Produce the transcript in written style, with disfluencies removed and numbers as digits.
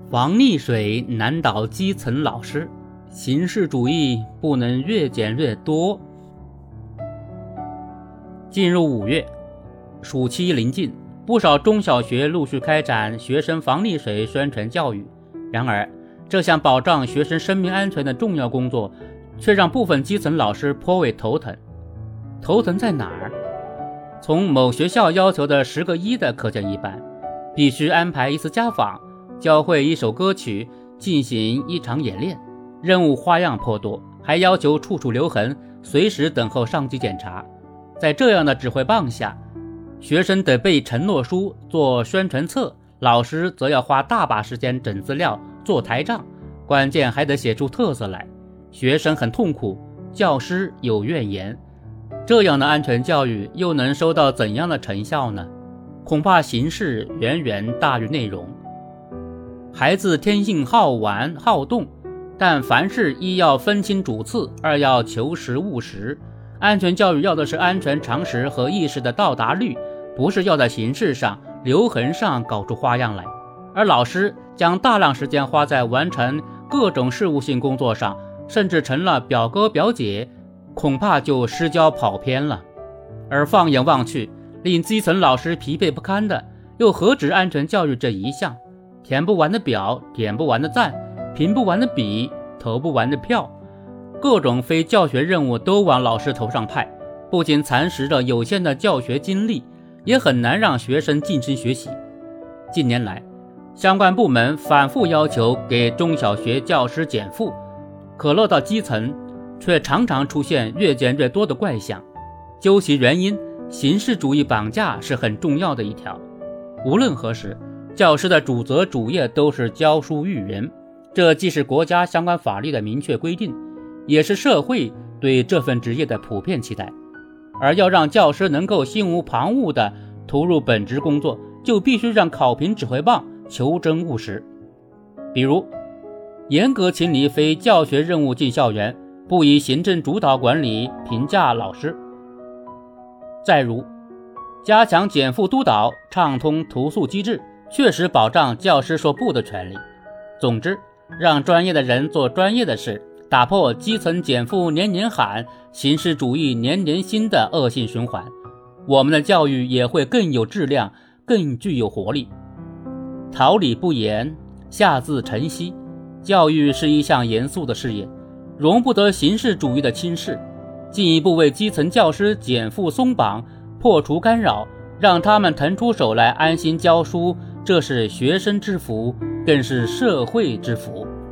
防溺水难倒基层老师，形式主义不能越减越多。进入5月，暑期临近，不少中小学陆续开展学生防溺水宣传教育。然而，这项保障学生生命安全的重要工作，却让部分基层老师颇为头疼。头疼在哪儿？从某学校要求的10个1的可见一斑，必须安排一次家访，教会一首歌曲，进行一场演练，任务花样颇多，还要求处处留痕，随时等候上级检查。在这样的指挥棒下，学生得背承诺书，做宣传册，老师则要花大把时间整资料，做台账，关键还得写出特色来。学生很痛苦，教师有怨言。这样的安全教育又能收到怎样的成效呢？恐怕形式远远大于内容。孩子天性好玩好动，但凡事一要分清主次，二要求实务实。安全教育要的是安全常识和意识的到达率，不是要在形式上留痕上搞出花样来。而老师将大量时间花在完成各种事务性工作上，甚至成了表哥表姐，恐怕就失焦跑偏了。而放眼望去，令基层老师疲惫不堪的又何止安全教育这一项？填不完的表，点不完的赞，评不完的比，投不完的票，各种非教学任务都往老师头上派，不仅蚕食了有限的教学精力，也很难让学生晋升学习。近年来，相关部门反复要求给中小学教师减负，可落到基层，却常常出现越减越多的怪象。究其原因，形式主义绑架是很重要的一条。无论何时，教师的主责主业都是教书育人，这既是国家相关法律的明确规定，也是社会对这份职业的普遍期待。而要让教师能够心无旁骛地投入本职工作，就必须让考评指挥棒求真务实。比如，严格清理非教学任务进校园，不以行政主导管理评价老师。再如，加强减负督导，畅通投诉机制，确实保障教师说不的权利。总之，让专业的人做专业的事，打破基层减负年年喊，形式主义年年新的恶性循环，我们的教育也会更有质量，更具有活力。桃李不言，下自成蹊。教育是一项严肃的事业，容不得形式主义的轻视。进一步为基层教师减负松绑，破除干扰，让他们腾出手来安心教书，这是学生之福，更是社会之福。